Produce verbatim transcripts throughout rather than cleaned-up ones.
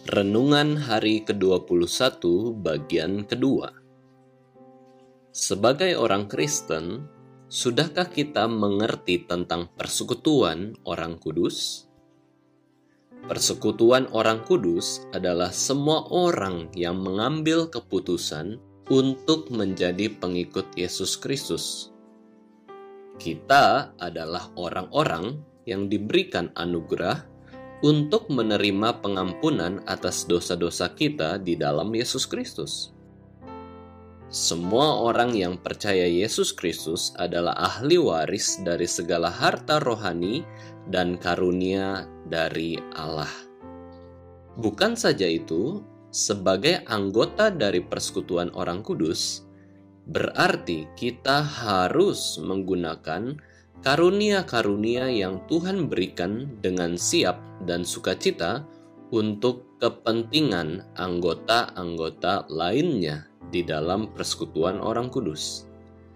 Renungan hari kedua puluh satu bagian kedua. Sebagai orang Kristen, sudahkah kita mengerti tentang persekutuan orang kudus? Persekutuan orang kudus adalah semua orang yang mengambil keputusan untuk menjadi pengikut Yesus Kristus. Kita adalah orang-orang yang diberikan anugerah untuk menerima pengampunan atas dosa-dosa kita di dalam Yesus Kristus. Semua orang yang percaya Yesus Kristus adalah ahli waris dari segala harta rohani dan karunia dari Allah. Bukan saja itu, sebagai anggota dari persekutuan orang kudus, berarti kita harus menggunakan karunia-karunia yang Tuhan berikan dengan siap dan sukacita untuk kepentingan anggota-anggota lainnya di dalam persekutuan orang kudus.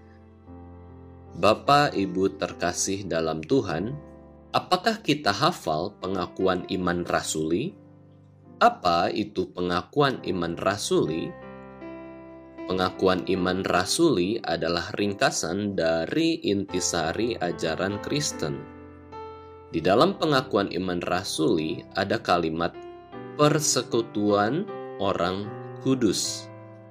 Bapak Ibu terkasih dalam Tuhan, apakah kita hafal pengakuan iman rasuli? Apa itu pengakuan iman rasuli? Pengakuan iman rasuli adalah ringkasan dari intisari ajaran Kristen. Di dalam pengakuan iman rasuli ada kalimat persekutuan orang kudus.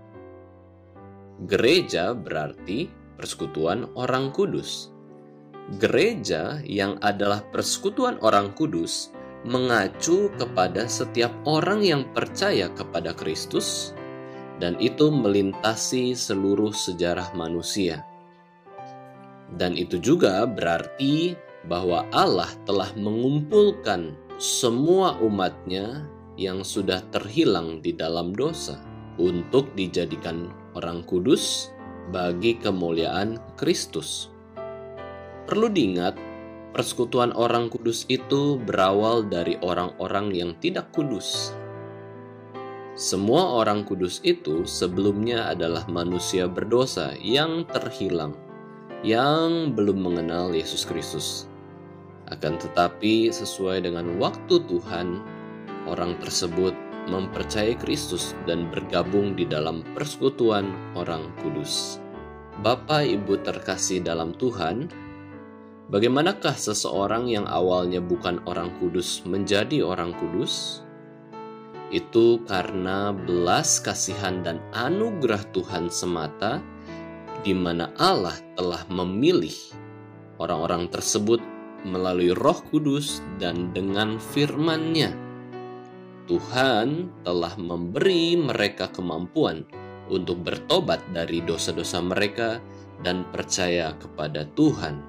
Gereja berarti persekutuan orang kudus. Gereja yang adalah persekutuan orang kudus mengacu kepada setiap orang yang percaya kepada Kristus, dan itu melintasi seluruh sejarah manusia. Dan itu juga berarti bahwa Allah telah mengumpulkan semua umatnya yang sudah terhilang di dalam dosa untuk dijadikan orang kudus bagi kemuliaan Kristus. Perlu diingat, persekutuan orang kudus itu berawal dari orang-orang yang tidak kudus. Semua orang kudus itu sebelumnya adalah manusia berdosa yang terhilang, yang belum mengenal Yesus Kristus. Akan tetapi sesuai dengan waktu Tuhan, orang tersebut mempercayai Kristus dan bergabung di dalam persekutuan orang kudus. Bapak Ibu terkasih dalam Tuhan, bagaimanakah seseorang yang awalnya bukan orang kudus menjadi orang kudus? Itu karena belas kasihan dan anugerah Tuhan semata, di mana Allah telah memilih orang-orang tersebut melalui Roh Kudus dan dengan firman-Nya. Tuhan telah memberi mereka kemampuan untuk bertobat dari dosa-dosa mereka dan percaya kepada Tuhan.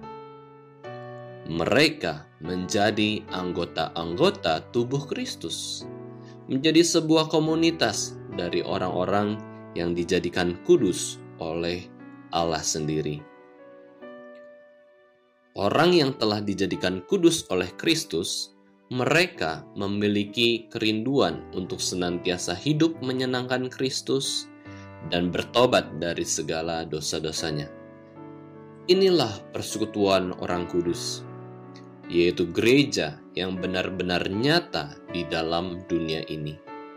Mereka menjadi anggota-anggota tubuh Kristus, menjadi sebuah komunitas dari orang-orang yang dijadikan kudus oleh Allah sendiri. Orang yang telah dijadikan kudus oleh Kristus, mereka memiliki kerinduan untuk senantiasa hidup menyenangkan Kristus dan bertobat dari segala dosa-dosanya. Inilah persekutuan orang kudus, yaitu gereja yang benar-benar nyata di dalam dunia ini.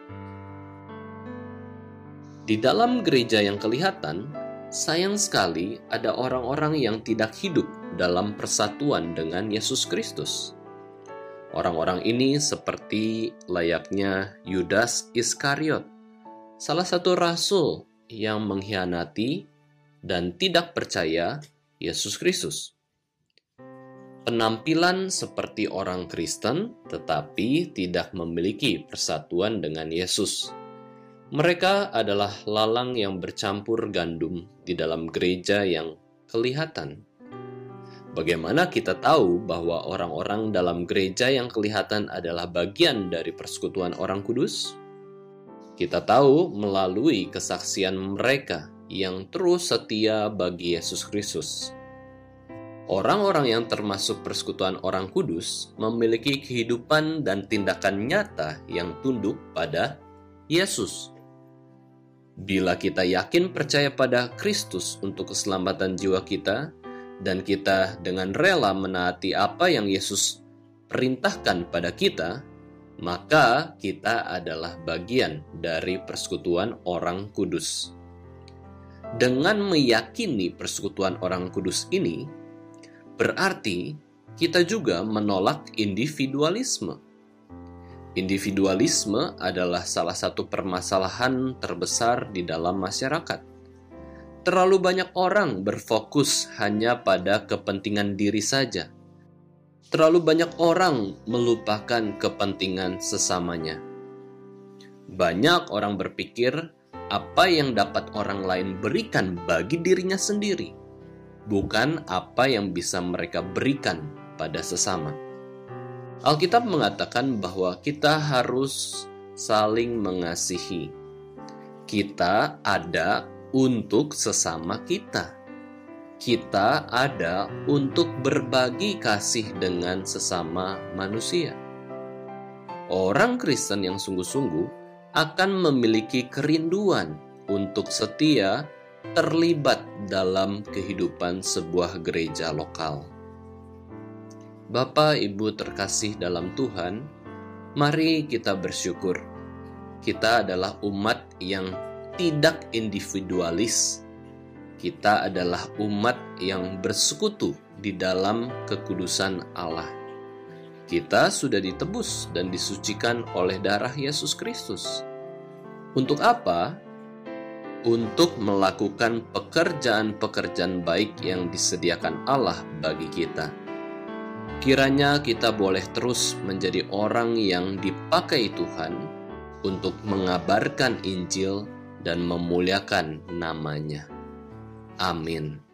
Di dalam gereja yang kelihatan, sayang sekali ada orang-orang yang tidak hidup dalam persatuan dengan Yesus Kristus. Orang-orang ini seperti layaknya Yudas Iskariot, salah satu rasul yang mengkhianati dan tidak percaya Yesus Kristus. Penampilan seperti orang Kristen, tetapi tidak memiliki persatuan dengan Yesus. Mereka adalah lalang yang bercampur gandum di dalam gereja yang kelihatan. Bagaimana kita tahu bahwa orang-orang dalam gereja yang kelihatan adalah bagian dari persekutuan orang kudus? Kita tahu melalui kesaksian mereka yang terus setia bagi Yesus Kristus. Orang-orang yang termasuk persekutuan orang kudus memiliki kehidupan dan tindakan nyata yang tunduk pada Yesus. Bila kita yakin percaya pada Kristus untuk keselamatan jiwa kita, dan kita dengan rela menaati apa yang Yesus perintahkan pada kita, maka kita adalah bagian dari persekutuan orang kudus. Dengan meyakini persekutuan orang kudus ini, berarti kita juga menolak individualisme. Individualisme adalah salah satu permasalahan terbesar di dalam masyarakat. Terlalu banyak orang berfokus hanya pada kepentingan diri saja. Terlalu banyak orang melupakan kepentingan sesamanya. Banyak orang berpikir apa yang dapat orang lain berikan bagi dirinya sendiri, bukan apa yang bisa mereka berikan pada sesama. Alkitab mengatakan bahwa kita harus saling mengasihi. Kita ada untuk sesama kita. Kita ada untuk berbagi kasih dengan sesama manusia. Orang Kristen yang sungguh-sungguh akan memiliki kerinduan untuk setia terlibat dalam kehidupan sebuah gereja lokal. Bapak, Ibu terkasih dalam Tuhan, mari kita bersyukur. Kita adalah umat yang tidak individualis. Kita adalah umat yang bersekutu di dalam kekudusan Allah. Kita sudah ditebus dan disucikan oleh darah Yesus Kristus. Untuk apa? Untuk melakukan pekerjaan-pekerjaan baik yang disediakan Allah bagi kita. Kiranya kita boleh terus menjadi orang yang dipakai Tuhan untuk mengabarkan Injil dan memuliakan nama-Nya. Amin.